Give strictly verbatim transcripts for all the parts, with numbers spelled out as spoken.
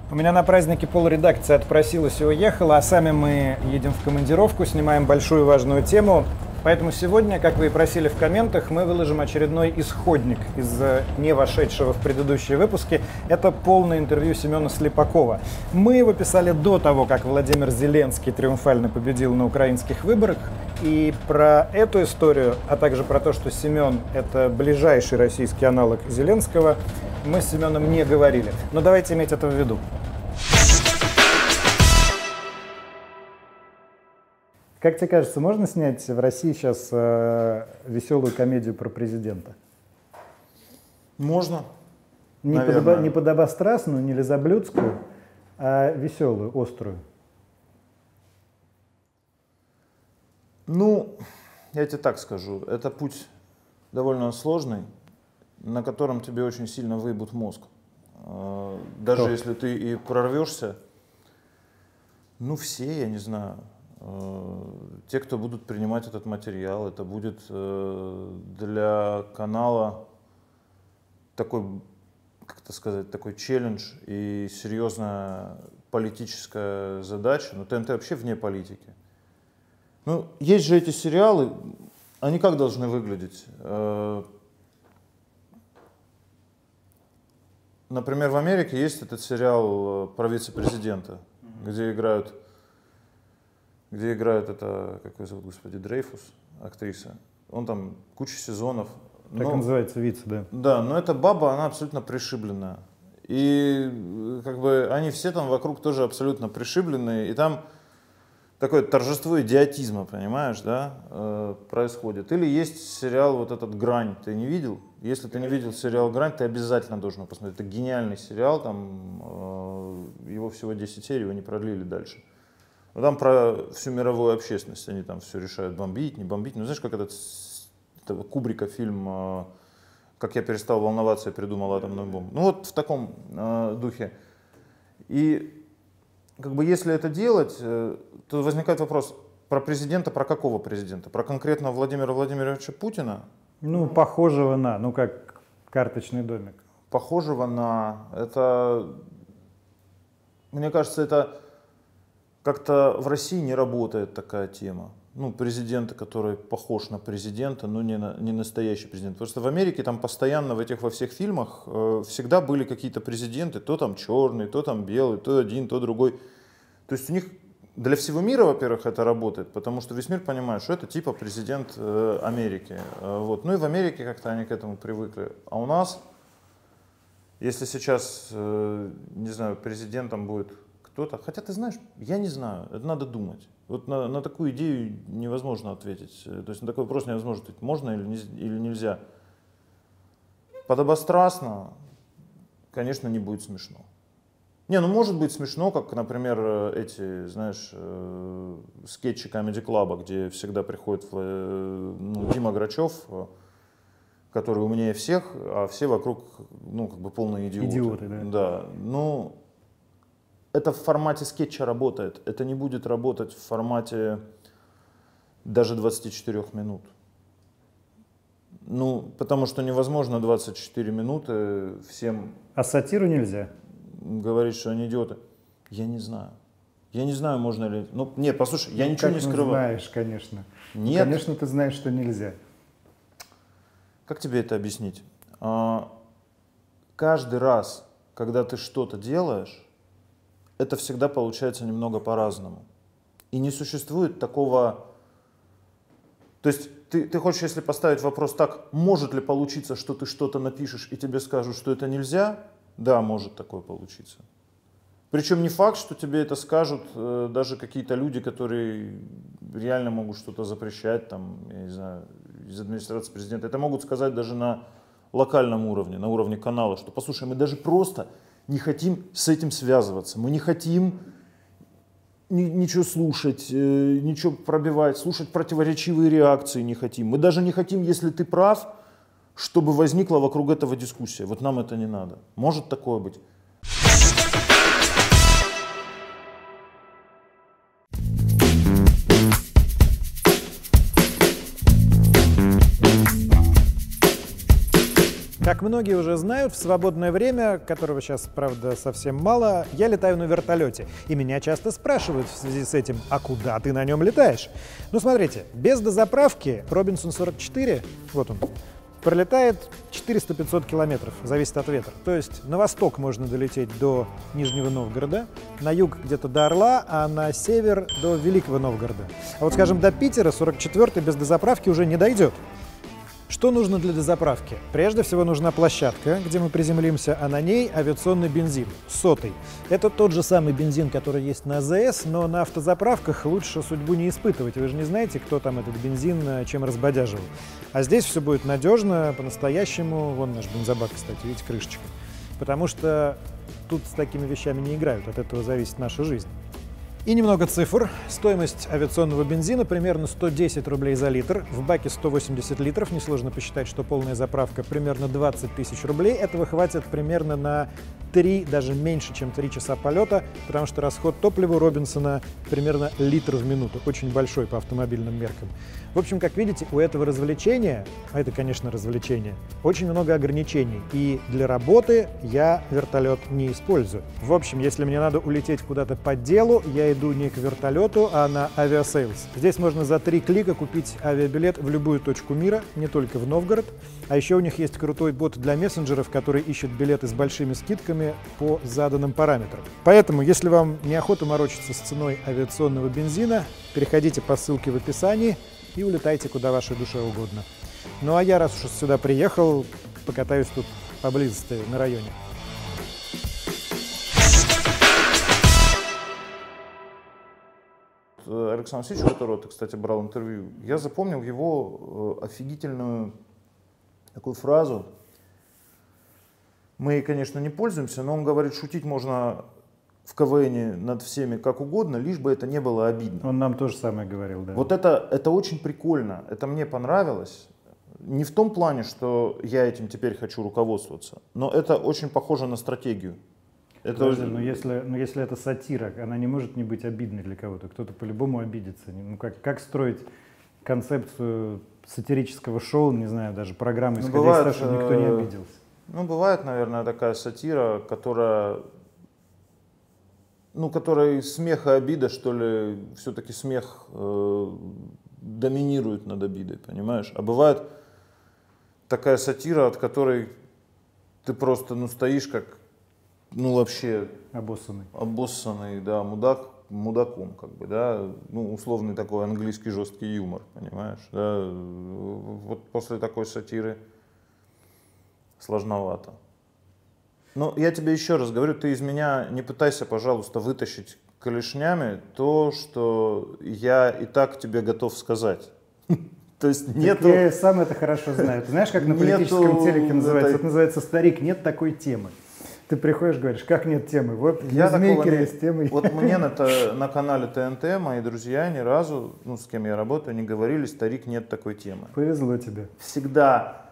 У меня на празднике полредакции отпросилась и уехала, а сами мы едем в командировку, снимаем большую важную тему. Поэтому сегодня, как вы и просили в комментах, мы выложим очередной исходник из не вошедшего в предыдущие выпуски. Это полное интервью Семена Слепакова. Мы его писали до того, как Владимир Зеленский триумфально победил на украинских выборах. И про эту историю, а также про то, что Семен – это ближайший российский аналог Зеленского, мы с Семеном не говорили. Но давайте иметь это в виду. Как тебе кажется, можно снять в России сейчас э, веселую комедию про президента? Можно. Не, подоба, не подобострастную, не лизоблюдскую, а веселую, острую. Ну, я тебе так скажу. Это путь довольно сложный, на котором тебе очень сильно выебут мозг. Даже Кто? Если ты и прорвешься, ну все, я не знаю. Те, кто будут принимать этот материал, это будет для канала такой, как это сказать, такой челлендж и серьезная политическая задача. Но ТНТ вообще вне политики. Ну, есть же эти сериалы, они как должны выглядеть? Например, в Америке есть этот сериал про вице-президента, mm-hmm. где играют где играет это, как ее зовут, господи, Дрейфус, актриса. Он там куча сезонов. Так но, называется вице, да. Да, но эта баба, она абсолютно пришибленная. И как бы они все там вокруг тоже абсолютно пришибленные. И там такое торжество идиотизма, понимаешь, да, э, происходит. Или есть сериал вот этот «Грань», ты не видел? Если ты не видел сериал «Грань», ты обязательно должен его посмотреть. Это гениальный сериал, там э, его всего десять серий, его не продлили дальше. Но там про всю мировую общественность, они там все решают, бомбить, не бомбить. Ну знаешь, как этот этого Кубрика фильм «Как я перестал волноваться и придумал атомную бомбу». Ну вот в таком э, духе. И как бы если это делать, э, то возникает вопрос, про президента, про какого президента? Про конкретно Владимира Владимировича Путина? Ну, похожего на, ну как карточный домик. Похожего на, это, мне кажется, это... Как-то в России не работает такая тема. Ну, президента, который похож на президента, но не, на, не настоящий президент. Потому что в Америке там постоянно в этих во всех фильмах э, всегда были какие-то президенты, то там черный, то там белый, то один, то другой. То есть у них для всего мира, во-первых, это работает, потому что весь мир понимает, что это типа президент э, Америки. Э, вот. Ну и в Америке как-то они к этому привыкли. А у нас, если сейчас, э, не знаю, президентом будет... кто-то. Хотя ты знаешь, я не знаю, это надо думать. Вот на, на такую идею невозможно ответить. То есть на такой вопрос невозможно ответить, можно или, не, или нельзя. Подобострастно, конечно, не будет смешно. Не, ну может быть смешно, как, например, эти, знаешь, э, скетчи Comedy Club, где всегда приходит э, ну, Дима Грачев, который умнее всех, а все вокруг, ну, как бы полные идиоты. Идиоты, да. Да, ну... Это в формате скетча работает. Это не будет работать в формате даже двадцати четырёх минут. Ну, потому что невозможно двадцать четыре минуты всем... А сатиру нельзя? Говорить, что они идиоты. Я не знаю. Я не знаю, можно ли... Ну, нет, послушай, я ну, ничего не скрываю. Ты знаешь, конечно. Нет. Ну, конечно, ты знаешь, что нельзя. Как тебе это объяснить? А, каждый раз, когда ты что-то делаешь, это всегда получается немного по-разному. И не существует такого... То есть ты, ты хочешь, если поставить вопрос так, может ли получиться, что ты что-то напишешь и тебе скажут, что это нельзя? Да, может такое получиться. Причем не факт, что тебе это скажут э, даже какие-то люди, которые реально могут что-то запрещать, там, я не знаю, из администрации президента. Это могут сказать даже на локальном уровне, на уровне канала, что, послушай, мы даже просто... не хотим с этим связываться, мы не хотим ни, ничего слушать, э, ничего пробивать, слушать противоречивые реакции не хотим. Мы даже не хотим, если ты прав, чтобы возникла вокруг этого дискуссия. Вот нам это не надо. Может такое быть. Как Как многие уже знают, в свободное время, которого сейчас, правда, совсем мало, я летаю на вертолете. И меня часто спрашивают в связи с этим, а куда ты на нем летаешь? Ну, смотрите, без дозаправки Робинсон сорок четыре, вот он, пролетает четыреста-пятьсот километров, зависит от ветра. То есть на восток можно долететь до Нижнего Новгорода, на юг где-то до Орла, а на север до Великого Новгорода. А вот, скажем, до Питера сорок четвёртый без дозаправки уже не дойдет. Что нужно для дозаправки? Прежде всего нужна площадка, где мы приземлимся, а на ней авиационный бензин, сотый. Это тот же самый бензин, который есть на АЗС, но на автозаправках лучше судьбу не испытывать. Вы же не знаете, кто там этот бензин чем разбодяживал. А здесь все будет надежно, по-настоящему. Вон наш бензобак, кстати, видите, крышечка. Потому что тут с такими вещами не играют, от этого зависит наша жизнь. И немного цифр. Стоимость авиационного бензина примерно сто десять рублей за литр. В баке сто восемьдесят литров. Несложно посчитать, что полная заправка примерно двадцать тысяч рублей. Этого хватит примерно на три, даже меньше, чем три часа полета, потому что расход топлива у Робинсона примерно литр в минуту. Очень большой по автомобильным меркам. В общем, как видите, у этого развлечения, а это, конечно, развлечение, очень много ограничений. И для работы я вертолет не использую. В общем, если мне надо улететь куда-то по делу, я иду не к вертолету, а на Aviasales. Здесь можно за три клика купить авиабилет в любую точку мира, не только в Новгород. А еще у них есть крутой бот для мессенджеров, который ищет билеты с большими скидками по заданным параметрам. Поэтому, если вам неохота морочиться с ценой авиационного бензина, переходите по ссылке в описании и улетайте куда вашей душе угодно. Ну а я, раз уж сюда приехал, покатаюсь тут поблизости, на районе. Александр Васильевич, у которого ты, кстати, брал интервью, я запомнил его офигительную такую фразу. Мы ей, конечно, не пользуемся, но он говорит, шутить можно в КВНе над всеми как угодно, лишь бы это не было обидно. Он нам тоже самое говорил, да. Вот это, это очень прикольно, это мне понравилось. Не в том плане, что я этим теперь хочу руководствоваться, но это очень похоже на стратегию. Это... Подожди, но если, но если это сатира, она не может не быть обидной для кого-то. Кто-то по-любому обидится. Ну, как, как строить концепцию сатирического шоу, не знаю, даже программы, исходя ну, бывает, из того, что никто не обиделся? Ну, бывает, наверное, такая сатира, которая, ну, которой смех и обида, что ли, все-таки смех э, доминирует над обидой, понимаешь? А бывает такая сатира, от которой ты просто, ну, стоишь как, ну, вообще... Обоссанный. Обоссанный, да, мудак, мудаком, как бы, да, ну, условный такой английский жесткий юмор, понимаешь, да, вот после такой сатиры сложновато. Но я тебе еще раз говорю, ты из меня не пытайся, пожалуйста, вытащить клешнями то, что я и так тебе готов сказать. То есть нету... Я сам это хорошо знаю. Ты знаешь, как на политическом телеке называется? Это называется «Старик, нет такой темы». Ты приходишь, говоришь, как нет темы? Вот я Ньюсмейкеры с темой. Вот мне на, на канале ТНТ мои друзья ни разу, ну, с кем я работаю, не говорили, старик, нет такой темы. Повезло тебе. Всегда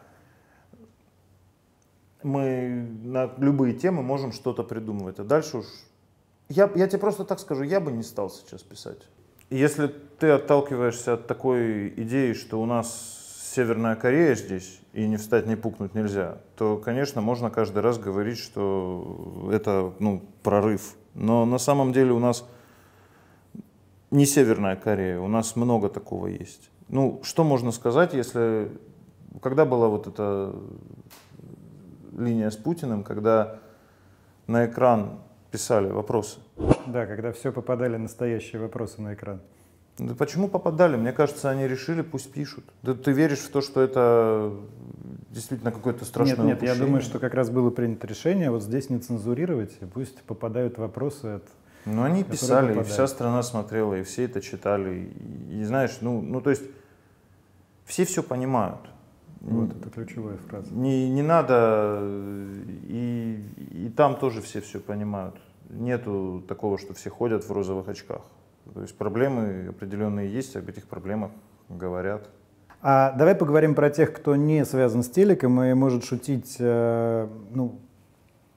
мы на любые темы можем что-то придумывать. А дальше уж... Я, я тебе просто так скажу, я бы не стал сейчас писать. Если ты отталкиваешься от такой идеи, что у нас Северная Корея здесь, и не встать, не пукнуть нельзя, то, конечно, можно каждый раз говорить, что это, ну, прорыв. Но на самом деле у нас не Северная Корея, у нас много такого есть. Ну, что можно сказать, если... Когда была вот эта линия с Путиным, когда на экран писали вопросы? Да, когда все попадали настоящие вопросы на экран. Да почему попадали? Мне кажется, они решили, пусть пишут. Да ты веришь в то, что это действительно какое-то страшное Нет, нет, упущение? я думаю, что как раз было принято решение вот здесь не цензурировать, и пусть попадают вопросы от... Ну, они писали, попадают. И вся страна смотрела, и все это читали. И, и знаешь, ну, ну, то есть, все все понимают. Вот это ключевая фраза. Не, не надо, и, и там тоже все все понимают. Нету такого, что все ходят в розовых очках. То есть проблемы определенные есть, об этих проблемах говорят. А давай поговорим про тех, кто не связан с телеком и может шутить, э, ну,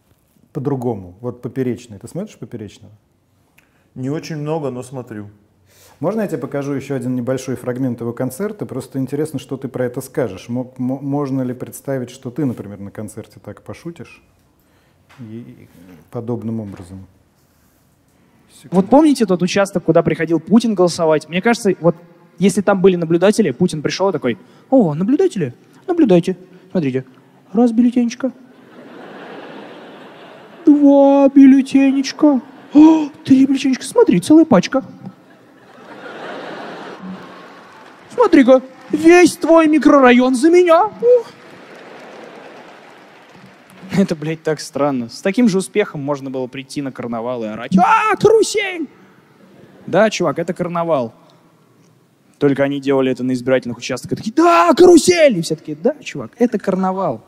по-другому. Вот Поперечный. Ты смотришь Поперечного? Не очень много, но смотрю. Можно я тебе покажу еще один небольшой фрагмент его концерта? Просто интересно, что ты про это скажешь. Мог, можно ли представить, что ты, например, на концерте так пошутишь и подобным образом? Секунду. Вот помните тот участок, куда приходил Путин голосовать? Мне кажется, вот если там были наблюдатели, Путин пришел и такой: о, наблюдатели, наблюдайте, смотрите, раз бюллетенечко, два бюллетенечка, о, три бюллетенечка, смотри, целая пачка. Смотри-ка, весь твой микрорайон за меня. Ух. Это, блядь, так странно. С таким же успехом можно было прийти на карнавал и орать: а, карусель! Да, чувак, это карнавал. Только они делали это на избирательных участках. Такие: да, карусель! И все такие: да, чувак, это карнавал.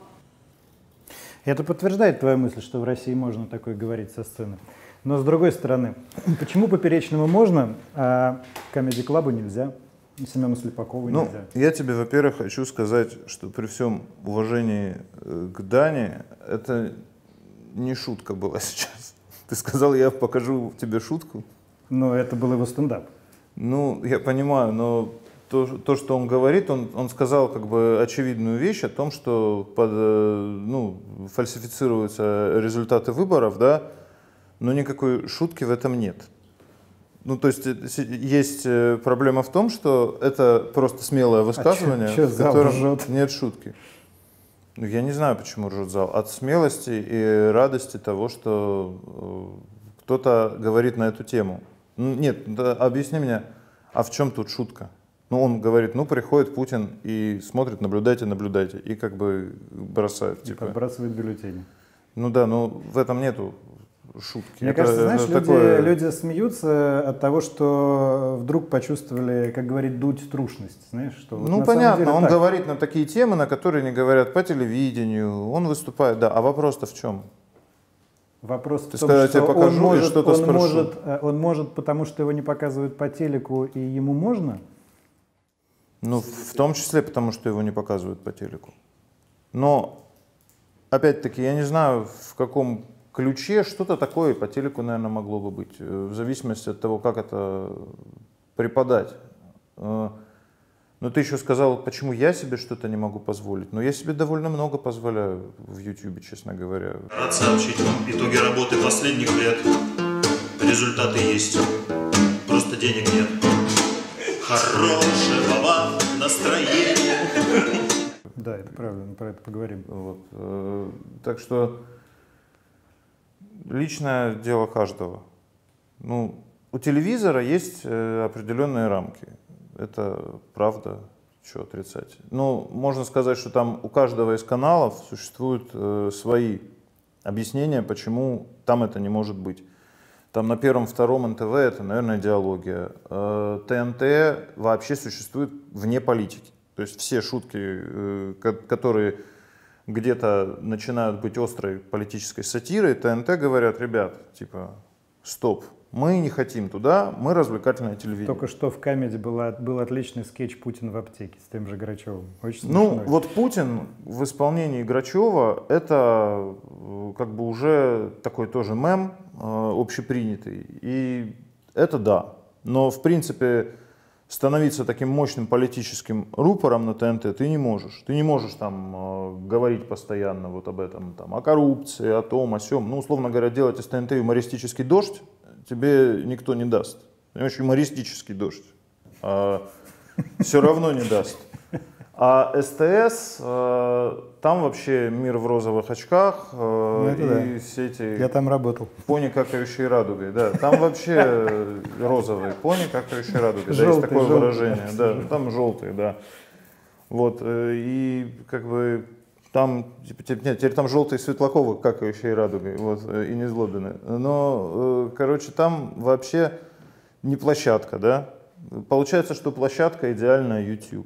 Это подтверждает твою мысль, что в России можно такое говорить со сцены. Но с другой стороны, почему Поперечному можно, а Comedy Club'у нельзя? Семену Слепакову ну, нельзя? Я тебе, во-первых, хочу сказать, что при всем уважении к Дане, это не шутка была сейчас. Ты сказал, я покажу тебе шутку. Но это был его стендап. Ну, я понимаю, но то, то что он говорит, он, он сказал как бы очевидную вещь о том, что под, ну, фальсифицируются результаты выборов, да, но никакой шутки в этом нет. Ну, то есть есть проблема в том, что это просто смелое высказывание, а чё, чё в котором ржет? Нет шутки. Ну, я не знаю, почему ржет зал. От смелости и радости того, что кто-то говорит на эту тему. Ну, нет, да, объясни мне, а в чем тут шутка? Ну, он говорит, ну, приходит Путин и смотрит, наблюдайте, наблюдайте, и как бы бросает. И типа. подбрасывает бюллетени. Ну да, но в этом нету шутки. Мне это, кажется, знаешь, это люди, такое... люди смеются от того, что вдруг почувствовали, как говорит Дудь, трушность. Знаешь, что вот ну, на понятно, самом деле он так. говорит на такие темы, на которые не говорят по телевидению, он выступает, да, а вопрос-то в чем? Вопрос Ты в том, сказал, что я тебе покажу он может, и что-то он, спрошу. может, он может, потому что его не показывают по телеку, и ему можно? Ну, в том числе, потому что его не показывают по телеку. Но, опять-таки, я не знаю, в каком ключе что-то такое по телеку, наверное, могло бы быть, в зависимости от того, как это преподать. Но ты еще сказал, почему я себе что-то не могу позволить. Но я себе довольно много позволяю в Ютубе, честно говоря. Рад сообщить вам итоги работы последних лет. Результаты есть. Просто денег нет. Хорошего вам настроения. Да, это правда, мы про это поговорим. Вот. Так что личное дело каждого. Ну, у телевизора есть определенные рамки. Это правда, что отрицать. Ну, можно сказать, что там у каждого из каналов существуют э, свои объяснения, почему там это не может быть. Там на первом, втором эн тэ вэ это, наверное, идеология. Э, тэ эн тэ вообще существует вне политики. То есть все шутки, э, которые где-то начинают быть острой политической сатирой, тэ эн тэ говорят, ребят, типа, стоп. Мы не хотим туда, мы развлекательное телевидение. Только что в Камеди была, был отличный скетч «Путин в аптеке» с тем же Грачевым. Очень смешной. Ну, вот Путин в исполнении Грачева, это как бы уже такой тоже мем э, общепринятый. И это да. Но, в принципе, становиться таким мощным политическим рупором на тэ эн тэ ты не можешь. Ты не можешь там э, говорить постоянно вот об этом, там, о коррупции, о том, о сём. Ну, условно говоря, делать из тэ эн тэ юмористический дождь тебе никто не даст. Понимаешь, юмористический дождь. А, все равно не даст. А эс тэ эс, э, там вообще мир в розовых очках, э, ну, и да. все эти... Я там работал. Пони, какающие радугой, да. Там вообще розовые пони, какающие радугой. Да, есть такое желтый, выражение. Да, там желтые, да. Вот, и как бы там, типа, нет, теперь там желтые Светлаковы, какающие радугой, вот, и не злобины. Но, короче, там вообще не площадка, да. Получается, что площадка идеальная YouTube.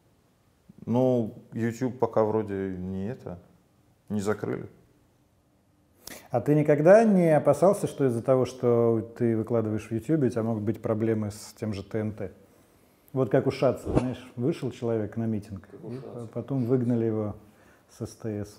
Ну, YouTube пока вроде не это, не закрыли. А ты никогда не опасался, что из-за того, что ты выкладываешь в YouTube, у тебя могут быть проблемы с тем же тэ эн тэ? Вот как у Шаца, знаешь, вышел человек на митинг, и потом выгнали его с эс тэ эс.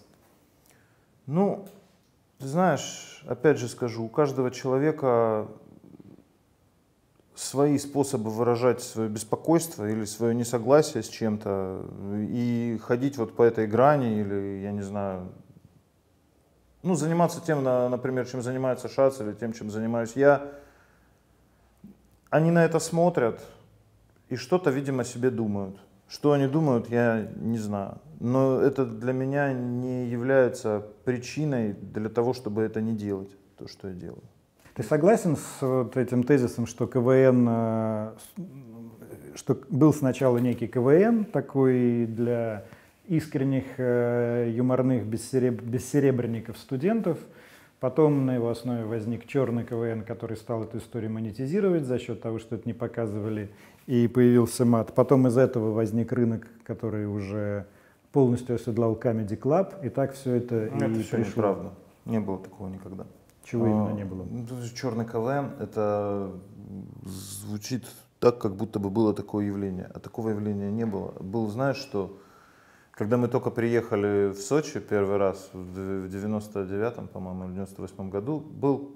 Ну, ты знаешь, опять же скажу, у каждого человека свои способы выражать свое беспокойство или свое несогласие с чем-то и ходить вот по этой грани или, я не знаю, ну, заниматься тем, например, чем занимается Шац или тем, чем занимаюсь я. Они на это смотрят и что-то, видимо, себе думают. Что они думают, я не знаю. Но это для меня не является причиной для того, чтобы это не делать, то, что я делаю. Ты согласен с вот этим тезисом, что КВН, что был сначала некий КВН, такой для искренних, юморных, бессеребренников студентов, потом на его основе возник черный КВН, который стал эту историю монетизировать за счет того, что это не показывали, и появился мат. Потом из этого возник рынок, который уже полностью оседлал Comedy Club, и так все это это и все пришло. Неправда. Не было такого никогда. Чего именно не было? Черный КВН — это звучит так, как будто бы было такое явление, а такого явления не было. Был, знаешь, что когда мы только приехали в Сочи первый раз в девяносто девятом, по-моему, или девяносто восьмом году, был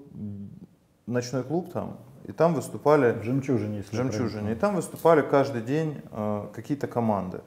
ночной клуб там, и там выступали... В «Жемчужине», если в «Жемчужине». И там выступали каждый день э, какие-то команды.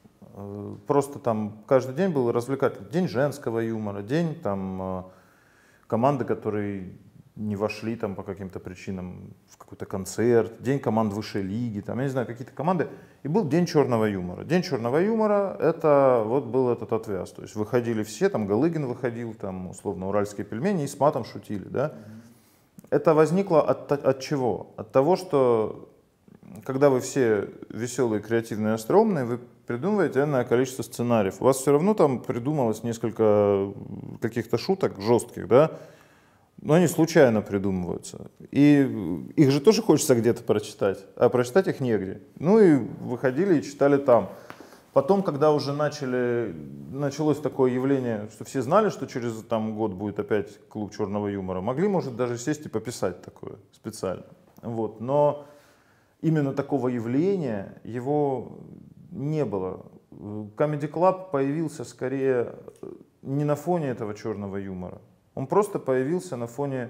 Э, просто там каждый день был развлекательный. День женского юмора, день там... Э, команды, которые не вошли там по каким-то причинам в какой-то концерт, день команд высшей лиги, там, я не знаю, какие-то команды. И был день черного юмора. День черного юмора — это вот был этот отвяз. То есть выходили все, там Галыгин выходил, там условно уральские пельмени, и с матом шутили, да. Mm-hmm. Это возникло от, от чего? От того, что когда вы все веселые, креативные, остроумные, вы придумываете энное количество сценариев. У вас все равно там придумалось несколько каких-то шуток жестких, да, но они случайно придумываются. И их же тоже хочется где-то прочитать, а прочитать их негде. Ну и выходили и читали там. Потом, когда уже начали, началось такое явление, что все знали, что через там, год будет опять клуб черного юмора, могли, может, даже сесть и пописать такое специально. Вот. Но именно такого явления его не было. Comedy Club появился скорее не на фоне этого черного юмора. Он просто появился на фоне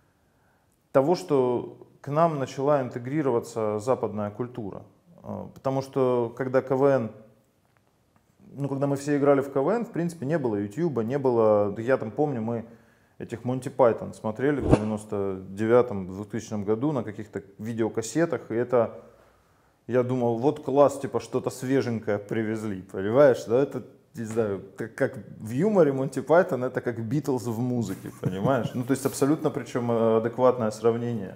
того, что к нам начала интегрироваться западная культура. Потому что когда КВН, ну когда мы все играли в КВН, в принципе не было Ютьюба, не было, я там помню, мы этих Монти Пайтон смотрели в девяносто девятом — двухтысячном году на каких-то видеокассетах, и это, я думал, вот класс, типа что-то свеженькое привезли, понимаешь, да, это, не знаю, как, как в юморе Монти Пайтон, это как Битлз в музыке, понимаешь, ну то есть абсолютно причем адекватное сравнение.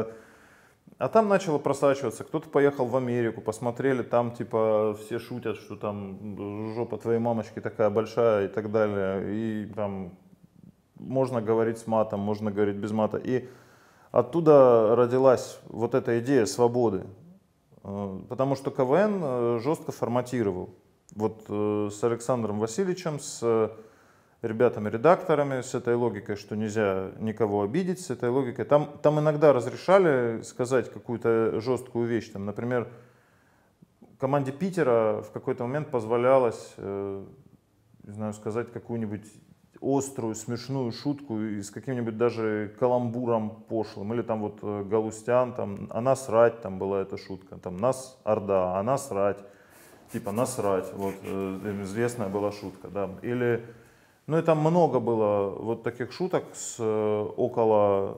А там начало просачиваться, кто-то поехал в Америку, посмотрели, там типа все шутят, что там жопа твоей мамочки такая большая и так далее, и там можно говорить с матом, можно говорить без мата. И оттуда родилась вот эта идея свободы, потому что КВН жестко форматировал. Вот с Александром Васильевичем, с ребятами-редакторами, с этой логикой, что нельзя никого обидеть, с этой логикой. Там, там иногда разрешали сказать какую-то жесткую вещь. Там, например, команде Питера в какой-то момент позволялось, э, не знаю, сказать какую-нибудь острую, смешную шутку и с каким-нибудь даже каламбуром пошлым. Или там вот Галустян, там, а насрать, там была эта шутка. Там нас Орда, а насрать. Типа насрать. Вот, э, известная была шутка. Да. Или, ну и там много было вот таких шуток с э, около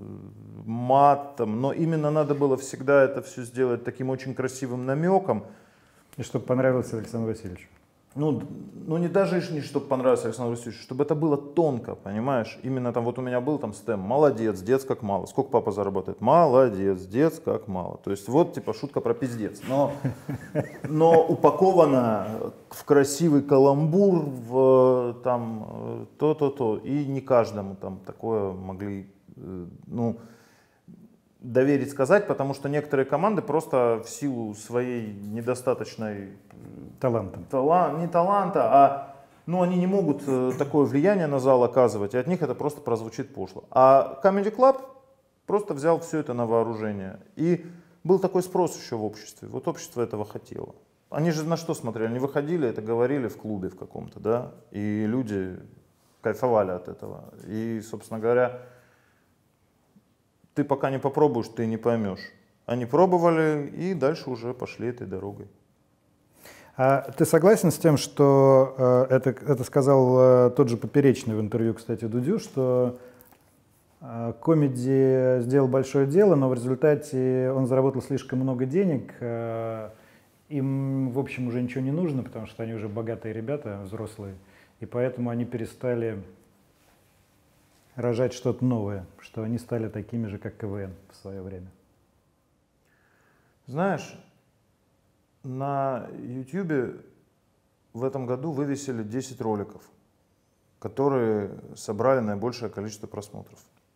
матом. Но именно надо было всегда это все сделать таким очень красивым намеком. И чтобы понравилось Александру Васильевичу. Ну, ну не даже не чтобы понравилось Александру Васильевичу, чтобы это было тонко, понимаешь? Именно там вот у меня был там стем: молодец, дец как мало. Сколько папа заработает? Молодец, дец как мало. То есть вот типа шутка про пиздец. Но, но упакована в красивый каламбур, в там то-то-то. И не каждому там такое могли, ну, доверить сказать, потому что некоторые команды просто в силу своей недостаточной таланта, талан, не таланта, а ну, они не могут э, такое влияние на зал оказывать, и от них это просто прозвучит пошло. А Comedy Club просто взял все это на вооружение. И был такой спрос еще в обществе. Вот общество этого хотело. Они же на что смотрели? Они выходили, это говорили в клубе в каком-то, да, и люди кайфовали от этого. И, собственно говоря, ты пока не попробуешь, ты не поймешь. Они пробовали и дальше уже пошли этой дорогой. А ты согласен с тем, что э, это, это сказал э, тот же Поперечный в интервью, кстати, Дудю, что э, Comedy сделал большое дело, но в результате он заработал слишком много денег, э, им, в общем, уже ничего не нужно, потому что они уже богатые ребята, взрослые, и поэтому они перестали рожать что-то новое, что они стали такими же, как КВН в свое время? Знаешь, на YouTube в этом году вывесили десять роликов, которые собрали наибольшее количество просмотров.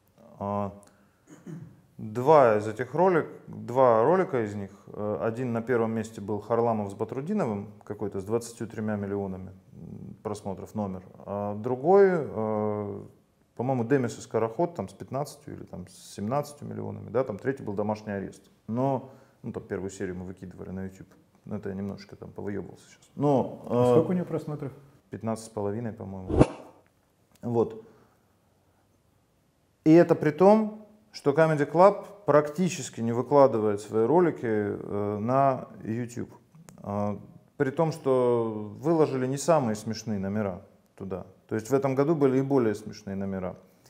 Два из этих роликов, два ролика из них, один на первом месте был Харламов с Батрудиновым, какой-то с двадцатью тремя миллионами просмотров номер, а другой, по-моему, Демис и Скороход там с пятнадцатью или там с семнадцатью миллионами, да, там третий был Домашний арест. Но, ну там первую серию мы выкидывали на YouTube. Это я немножко там повыебывался сейчас. Но, а сколько у него просмотров? пятнадцать с половиной, по-моему. Вот. И это при том, что Comedy Club практически не выкладывает свои ролики э, на YouTube. Э, при том, что выложили не самые смешные номера туда. То есть в этом году были и более смешные номера.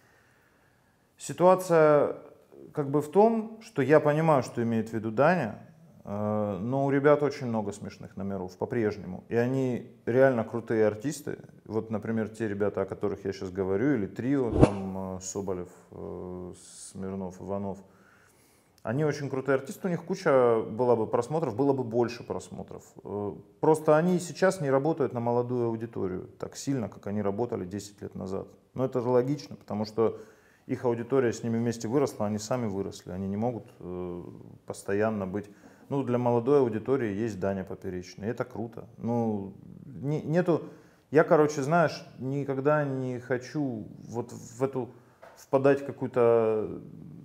Ситуация как бы в том, что я понимаю, что имеет в виду Даня, но у ребят очень много смешных номеров по-прежнему. И они реально крутые артисты. Вот, например, те ребята, о которых я сейчас говорю, или трио, там, Соболев, Смирнов, Иванов. Они очень крутые артисты, у них куча была бы просмотров, было бы больше просмотров. Просто они сейчас не работают на молодую аудиторию так сильно, как они работали десять лет назад. Но это же логично, потому что их аудитория с ними вместе выросла, они сами выросли. Они не могут постоянно быть... Ну, для молодой аудитории есть Даня Поперечный, это круто. Ну, не, нету, я, короче, знаешь, никогда не хочу вот в эту впадать в какую-то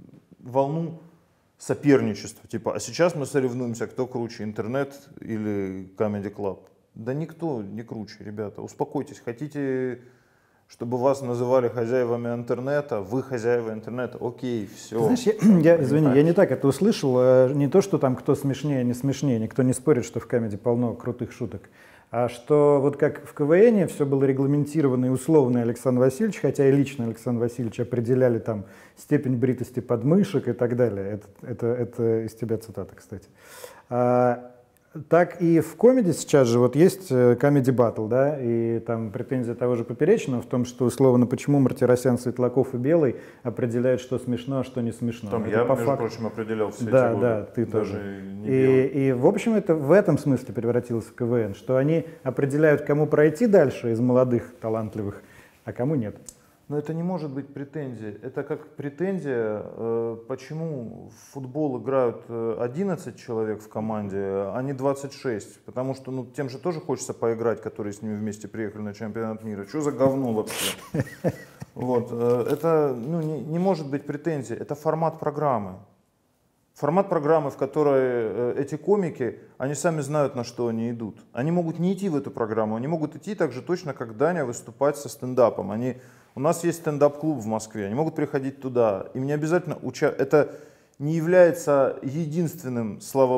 волну соперничества, типа, а сейчас мы соревнуемся, кто круче, интернет или Comedy Club. Да никто не круче, ребята, успокойтесь, хотите... Чтобы вас называли хозяевами интернета, вы хозяева интернета, окей, все. Знаешь, я, я, извини, я не так это услышал. Не то, что там кто смешнее, не смешнее, никто не спорит, что в комедии полно крутых шуток. А что вот как в КВНе все было регламентировано и условно Александр Васильевич, хотя и лично Александр Васильевич определяли там степень бритости подмышек и так далее. Это, это, это из тебя цитата, кстати. А, так и в комедии сейчас же вот есть Comedy Battle, да, и там претензия того же Поперечного в том, что условно почему Мартиросян, Светлаков и Белый определяют, что смешно, а что не смешно. Там это я, по между факту... прочим, определял все да, эти годы. Да, ты Даже тоже. Не и, и в общем это в этом смысле превратилось в КВН, что они определяют, кому пройти дальше из молодых, талантливых, а кому нет. Но это не может быть претензией. Это как претензия, э, почему в футбол играют одиннадцать человек в команде, а не двадцать шесть. Потому что ну, тем же тоже хочется поиграть, которые с ними вместе приехали на чемпионат мира. Что за говно вообще? Вот. Это ну, не, не может быть претензией. Это формат программы. Формат программы, в которой эти комики, они сами знают, на что они идут. Они могут не идти в эту программу, они могут идти так же точно, как Даня, выступать со стендапом. Они... У нас есть стендап-клуб в Москве, они могут приходить туда. Им не обязательно уча... Это не является единственным, слава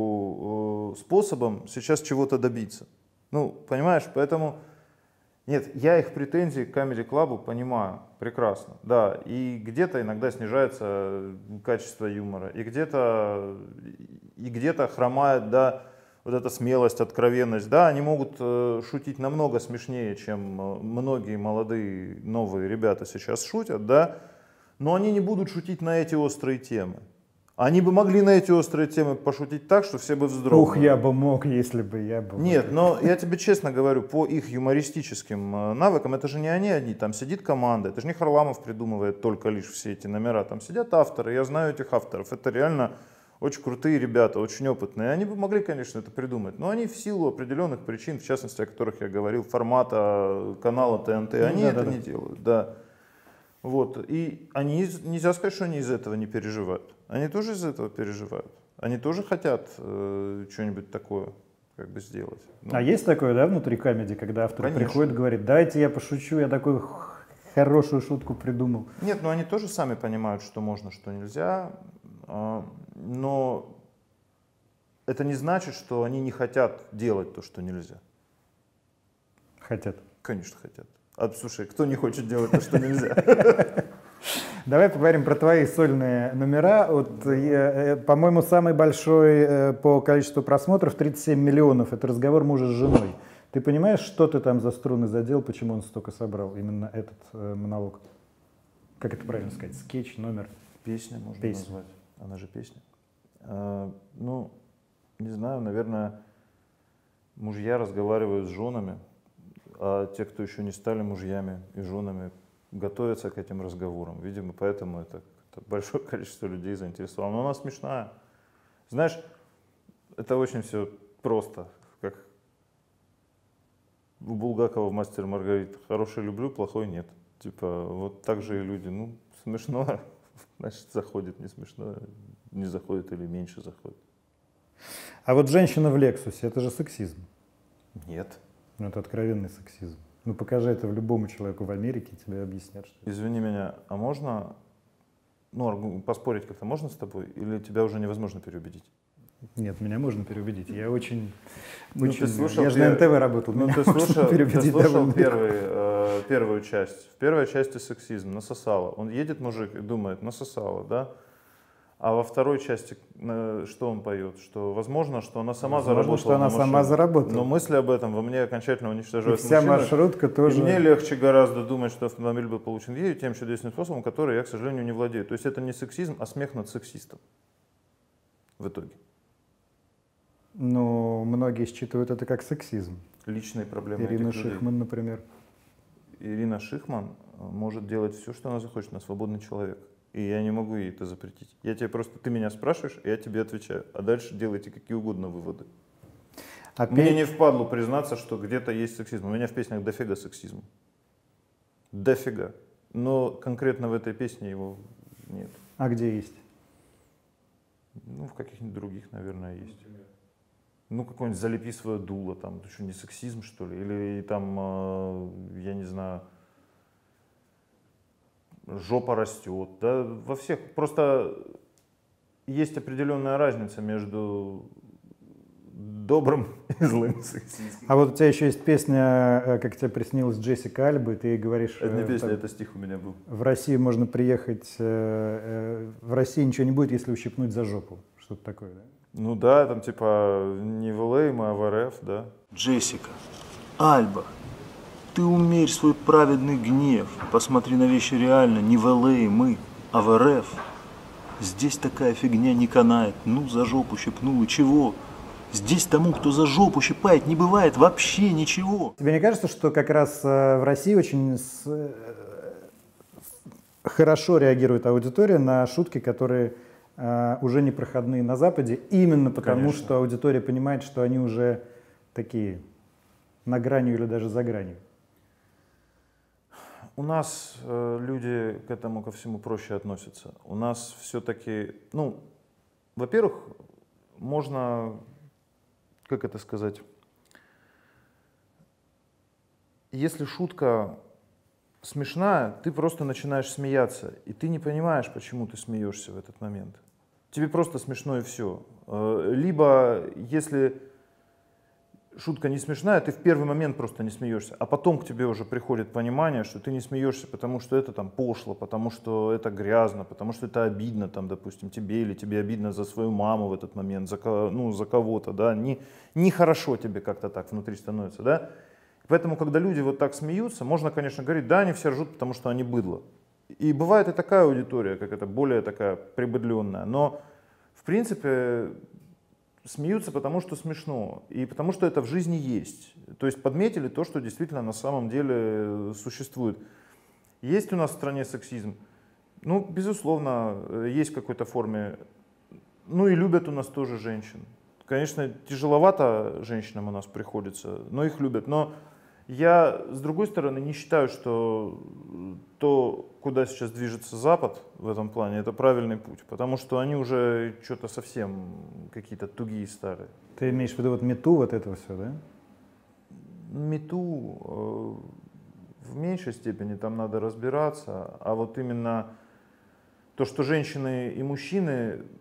богу, способом сейчас чего-то добиться. Ну, понимаешь, поэтому... Нет, я их претензии к Comedy Club понимаю прекрасно, да. И где-то иногда снижается качество юмора, и где-то и где-то хромает, да, вот эта смелость, откровенность. Да, они могут э, шутить намного смешнее, чем многие молодые новые ребята сейчас шутят, да, но они не будут шутить на эти острые темы. Они бы могли на эти острые темы пошутить так, что все бы вздрогнули. Ух, я бы мог, если бы я бы... Нет, но я тебе честно говорю, по их юмористическим навыкам, это же не они одни, там сидит команда, это же не Харламов придумывает только лишь все эти номера, там сидят авторы, я знаю этих авторов, это реально очень крутые ребята, очень опытные. Они бы могли, конечно, это придумать, но они в силу определенных причин, в частности, о которых я говорил, формата канала ТНТ, ну, они да, это да, не да. делают, да. Вот. И они, нельзя сказать, что они из этого не переживают. Они тоже из этого переживают. Они тоже хотят э, что-нибудь такое как бы сделать. Ну. А есть такое, да, внутри комедии, когда автор Конечно. приходит и говорит, дайте я пошучу, я такую хорошую шутку придумал. Нет, но они тоже сами понимают, что можно, что нельзя. но это не значит, что они не хотят делать то, что нельзя. Хотят. Конечно, хотят. А слушай, кто не хочет делать то, что нельзя? Давай поговорим про твои сольные номера. Вот, э, по-моему, самый большой э, по количеству просмотров тридцать семь миллионов. Это разговор мужа с женой. Ты понимаешь, что ты там за струны задел, почему он столько собрал, именно этот э, монолог? Как это правильно сказать? Скетч, номер? Песня можно Песня. назвать. Она же песня. А, ну, не знаю, наверное, мужья разговаривают с женами, а те, кто еще не стали мужьями и женами, готовятся к этим разговорам. Видимо, поэтому это, это большое количество людей заинтересовано. Но она смешная. Знаешь, это очень все просто, как у Булгакова в «Мастере и Маргарите». Хороший люблю, плохой нет. Типа, вот так же и люди. Ну, смешно, значит, заходит, не смешно, не заходит или меньше заходит. А вот женщина в Лексусе, это же сексизм. Нет. Ну, это откровенный сексизм. Ну, покажи это любому человеку в Америке, тебе объяснят, что... Извини меня, а можно, ну, поспорить как-то можно с тобой, или тебя уже невозможно переубедить? Нет, меня можно переубедить. Я очень... Ну, очень ты слушал, я же на эн тэ вэ работал. Ну, меня ты можно слушал, ты переубедить слушал довольно первый, э, первую часть. В первой части сексизм, насосало. Он едет, мужик, и думает, насосало, да? А во второй части э, что он поет? Что возможно, что она сама Возможно, заработала что она на сама машину. заработала. Но мысли об этом во мне окончательно уничтожают И вся мужчину. маршрутка тоже... И мне легче гораздо думать, что автомобиль был получен ею тем чудесным способом, который я, к сожалению, не владею. То есть это не сексизм, а смех над сексистом в итоге. Ну, многие считывают это как сексизм. Личные проблемы Ирина этих людей. Шихман, например. Ирина Шихман может делать все, что она захочет, она свободный человек. И я не могу ей это запретить. Я тебе просто, ты меня спрашиваешь, я тебе отвечаю. А дальше делайте какие угодно выводы. А Мне пе- не впадло признаться, что где-то есть сексизм. У меня в песнях дофига сексизма. Дофига. Но конкретно в этой песне его нет. А где есть? Ну, в каких-нибудь других, наверное, есть. Ну, какой-нибудь «Залепи свое дуло», там, это что, не сексизм, что ли? Или там, э, я не знаю, «Жопа растет». Да, во всех. Просто есть определенная разница между добрым и злым сексизмом. А вот у тебя еще есть песня, э, как тебе приснилась Джессика Альба, и ты ей говоришь... Это не э, песня, там, это стих у меня был. в Россию можно приехать, э, э, в России ничего не будет, если ущипнуть за жопу. Что-то такое, да? Ну да, там типа не в эл эй, мы, а в эр эф, да. Джессика, Альба, ты умерь свой праведный гнев. Посмотри на вещи реально. Не в эл эй мы, а в эр эф. Здесь такая фигня не канает. Ну, за жопу щипнул и чего? Здесь тому, кто за жопу щипает, не бывает вообще ничего. Тебе не кажется, что как раз э, в России очень с- э, хорошо реагирует аудитория на шутки, которые э, уже не проходные на Западе, именно потому, Конечно. что аудитория понимает, что они уже такие на грани или даже за гранью? У нас э, люди к этому ко всему проще относятся. У нас все-таки, ну, во-первых, можно, как это сказать, если шутка смешная, ты просто начинаешь смеяться, и ты не понимаешь, почему ты смеешься в этот момент. Тебе просто смешно и все. Либо, если шутка не смешная, ты в первый момент просто не смеешься, а потом к тебе уже приходит понимание, что ты не смеешься, потому что это там пошло, потому что это грязно, потому что это обидно, там, допустим, тебе, или тебе обидно за свою маму в этот момент, за, ко- ну, за кого-то, да, не, нехорошо тебе как-то так внутри становится, да. Поэтому, когда люди вот так смеются, можно, конечно, говорить, да, они все ржут, потому что они быдло. И бывает и такая аудитория, как это, более такая прибыдленная, но, в принципе, смеются, потому что смешно, и потому что это в жизни есть. То есть подметили то, что действительно на самом деле существует. Есть у нас в стране сексизм? Ну, безусловно, есть в какой-то форме. Ну и любят у нас тоже женщин. Конечно, тяжеловато женщинам у нас приходится, но их любят. Но я, с другой стороны, не считаю, что то, куда сейчас движется Запад в этом плане, это правильный путь. Потому что они уже что-то совсем какие-то тугие старые. Ты имеешь в виду вот мету вот этого все, да? Мету э, в меньшей степени там надо разбираться, а вот именно то, что женщины и мужчины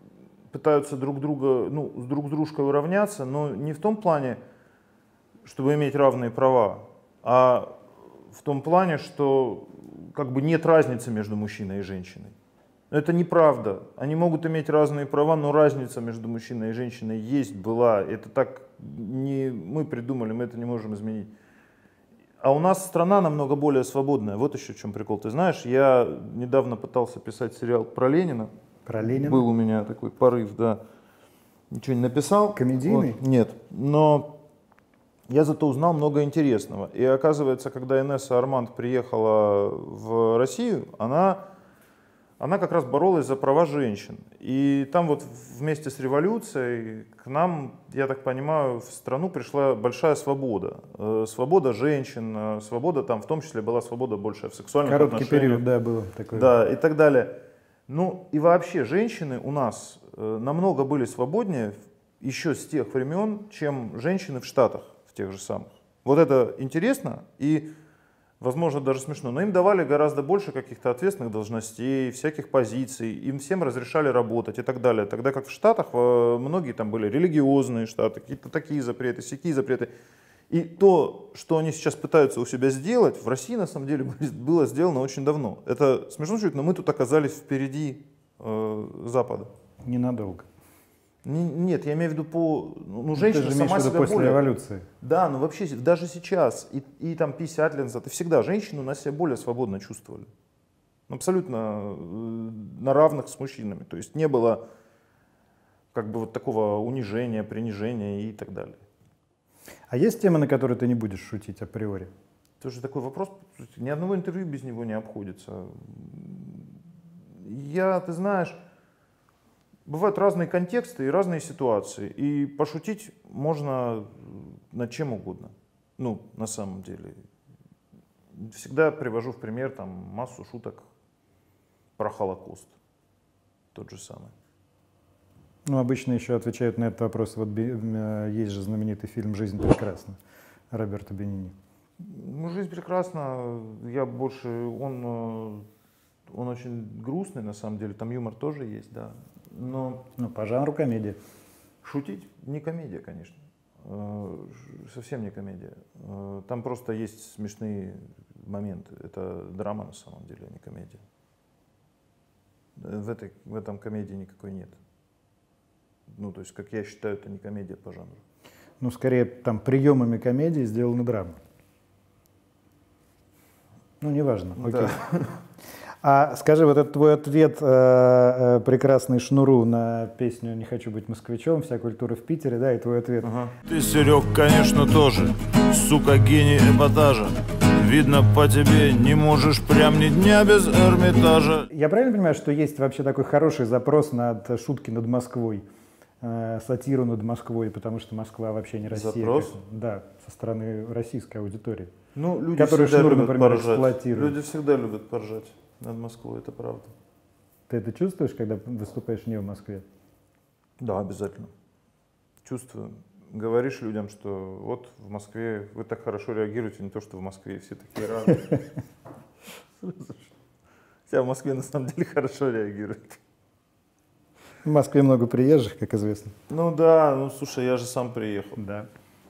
пытаются друг друга, ну, с друг с дружкой уравняться, но не в том плане, чтобы иметь равные права, а в том плане, что как бы нет разницы между мужчиной и женщиной. Это неправда. Они могут иметь разные права, но разница между мужчиной и женщиной есть, была. Это так не мы придумали, мы это не можем изменить. А у нас страна намного более свободная. Вот еще в чем прикол. Ты знаешь, я недавно пытался писать сериал про Ленина. Про Ленина? Был у меня такой порыв, да. Ничего не написал. Комедийный? Вот. Нет. Но я зато узнал много интересного. И оказывается, когда Инесса Арманд приехала в Россию, она, она как раз боролась за права женщин. И там вот вместе с революцией к нам, я так понимаю, в страну пришла большая свобода. Свобода женщин, свобода там, в том числе была свобода большая в сексуальных Короткий отношениях. период, да, был такой. Да, и так далее. Ну и вообще женщины у нас намного были свободнее еще с тех времен, чем женщины в Штатах, в тех же самых. Вот это интересно и, возможно, даже смешно. Но им давали гораздо больше каких-то ответственных должностей, всяких позиций, им всем разрешали работать и так далее. Тогда как в Штатах многие там были религиозные штаты, какие-то такие запреты, сякие запреты. И то, что они сейчас пытаются у себя сделать, в России на самом деле было сделано очень давно. Это смешно чуть, но мы тут оказались впереди э, Запада. Ненадолго. Не, нет, я имею в виду по... Ну, Ты женщина же сама имеешь в виду себя после более... революции. Да, но вообще даже сейчас, и, и там пятьдесят лет назад, и всегда женщины у нас себя более свободно чувствовали. Абсолютно э, на равных с мужчинами. То есть не было как бы вот такого унижения, принижения и так далее. А есть темы, на которые ты не будешь шутить априори? Тоже такой вопрос, ни одного интервью без него не обходится. Я, ты знаешь, бывают разные контексты и разные ситуации, и пошутить можно над чем угодно, ну, на самом деле. Всегда привожу в пример там массу шуток про Холокост, тот же самый. Ну, обычно еще отвечают на этот вопрос. Вот есть же знаменитый фильм «Жизнь прекрасна» Роберто Бенини. Ну, «Жизнь прекрасна», я больше, он, он очень грустный на самом деле, там юмор тоже есть, да. Но ну, по жанру комедия. Шутить не комедия, конечно. Совсем не комедия. Там просто есть смешные моменты. Это драма на самом деле, а не комедия. В, этой, в этом комедии никакой нет. Ну, то есть, как я считаю, это не комедия по жанру. Ну, скорее, там приемами комедии сделана драма. Ну, неважно. Окей. Да. А скажи, вот этот твой ответ э, э, прекрасный Шнуру на песню «Не хочу быть москвичом», «Вся культура в Питере», да, и твой ответ. Ага. Ты, Серег, конечно, тоже, сука, гений эпатажа. Видно по тебе, не можешь прям ни дня без Эрмитажа. Я правильно понимаю, что есть вообще такой хороший запрос над шутки над Москвой, э, сатиру над Москвой, потому что Москва вообще не Россия. Запрос? Как, да, со стороны российской аудитории. Ну, люди Которые всегда Шнур, любят например, поржать. эксплуатируют. Люди всегда любят поржать над Москвой, это правда. Ты это чувствуешь, когда выступаешь не в Москве? Да, обязательно. Чувствую. Говоришь людям, что вот в Москве вы так хорошо реагируете, не то, что в Москве все такие рады. Хотя в Москве на самом деле хорошо реагируют. В Москве много приезжих, как известно. Ну да, ну слушай, я же сам приехал. Да.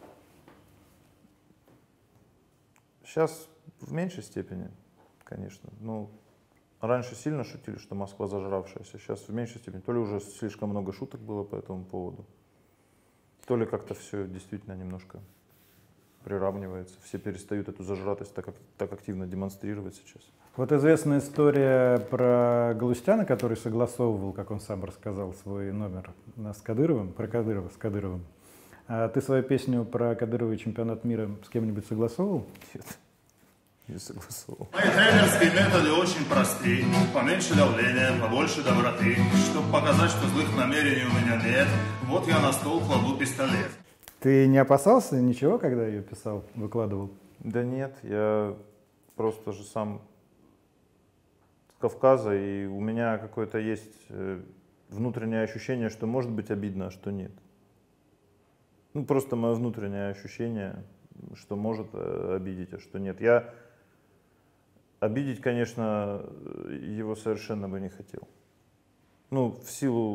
Сейчас в меньшей степени, конечно. Ну, раньше сильно шутили, что Москва зажравшаяся. Сейчас в меньшей степени. То ли уже слишком много шуток было по этому поводу, то ли как-то все действительно немножко приравнивается. Все перестают эту зажратость так, так активно демонстрировать сейчас. Вот известная история про Галустяна, который согласовывал, как он сам рассказал, свой номер с Кадыровым, про Кадырова с Кадыровым. А ты свою песню про Кадырова и чемпионат мира с кем-нибудь согласовывал? Нет, не согласовал. Мои тренерские методы очень просты. Поменьше давления, побольше доброты. Чтобы показать, что злых намерений у меня нет, вот я на стол кладу пистолет. Ты не опасался ничего, когда ее писал, выкладывал? Да нет, я просто же сам с Кавказа, и у меня какое-то есть внутреннее ощущение, что может быть обидно, а что нет. Ну, просто мое внутреннее ощущение, что может обидеть, а что нет. Я обидеть, конечно, его совершенно бы не хотел. Ну, в силу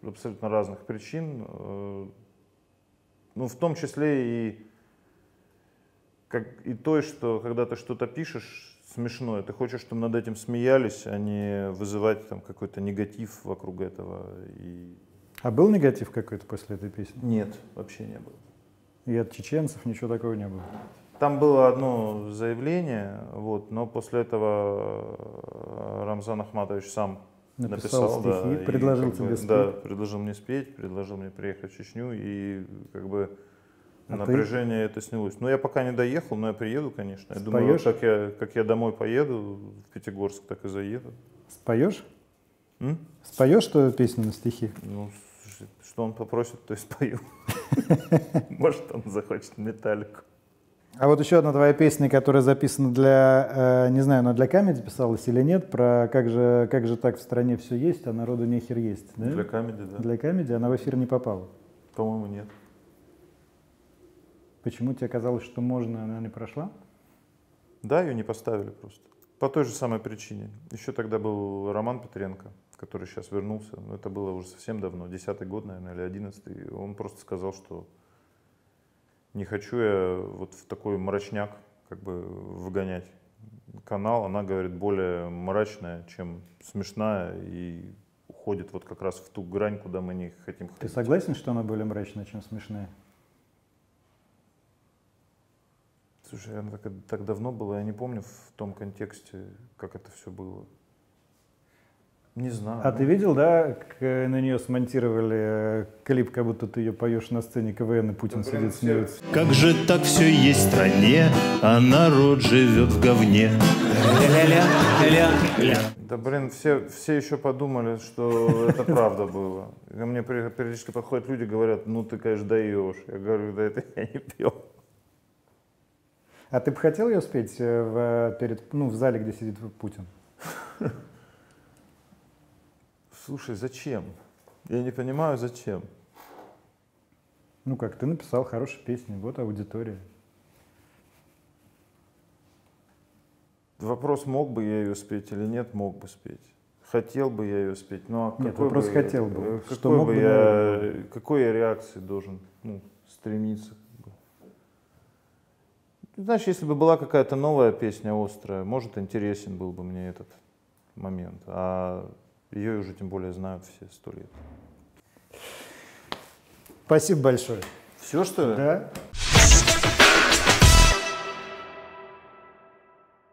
абсолютно разных причин. Ну, в том числе и, как, и той, что когда ты что-то пишешь смешное, ты хочешь, чтобы над этим смеялись, а не вызывать там какой-то негатив вокруг этого. И... А был негатив какой-то после этой песни? Нет, вообще не было. И от чеченцев ничего такого не было? Там было одно заявление, вот, но после этого Рамзан Ахматович сам написал, написал стихи, да, предложил и, тебе бы, спеть. Да, предложил мне спеть, предложил мне приехать в Чечню, и как бы а напряжение ты? это снялось. Но я пока не доехал, но я приеду, конечно. Я Споешь? думаю, как я, как я домой поеду в Пятигорск, так и заеду. Споешь? М? Споешь что песню на стихи? Ну, что он попросит, то и спою. Может, он захочет Металлику. А вот еще одна твоя песня, которая записана для, э, не знаю, она для Камеди писалась или нет, про как же, как же так в стране все есть, а народу нехер есть. Да? Для Камеди, да. Для Камеди, она в эфир не попала. По-моему, нет. Почему тебе казалось, что можно, она не прошла? Да, ее не поставили просто. По той же самой причине. Еще тогда был Роман Петренко, который сейчас вернулся. Но это было уже совсем давно, десятый год, наверное, или одиннадцатый. Он просто сказал, что не хочу я вот в такой мрачняк как бы выгонять канал. Она, говорит, более мрачная, чем смешная и уходит вот как раз в ту грань, куда мы не хотим ходить. Ты согласен, что она более мрачная, чем смешная? Слушай, она так, так давно было, я не помню в том контексте, как это все было. Не знаю. А ну... ты видел, да, как на нее смонтировали клип, как будто ты ее поешь на сцене КВН, и Путин да, сидит, смеется. Как же так все есть в стране, а народ живет в говне. Да блин, все, все еще подумали, что это правда было. Ко мне периодически подходят люди, говорят, ну ты, конечно, даешь. Я говорю, да это я не пел. А ты бы хотел ее спеть в, перед, ну, в зале, где сидит Путин? Слушай, зачем? Я не понимаю, зачем. Ну как, ты написал хорошие песни, вот аудитория. Вопрос, мог бы я ее спеть или нет, мог бы спеть. Хотел бы я ее спеть, но нет, вопрос бы, хотел бы. Какой, что мог бы бы я, на... какой я реакции должен ну, стремиться? Знаешь, если бы была какая-то новая песня острая, может, интересен был бы мне этот момент. А ее уже тем более знают все сто лет. Спасибо большое. Все, что ли? Да.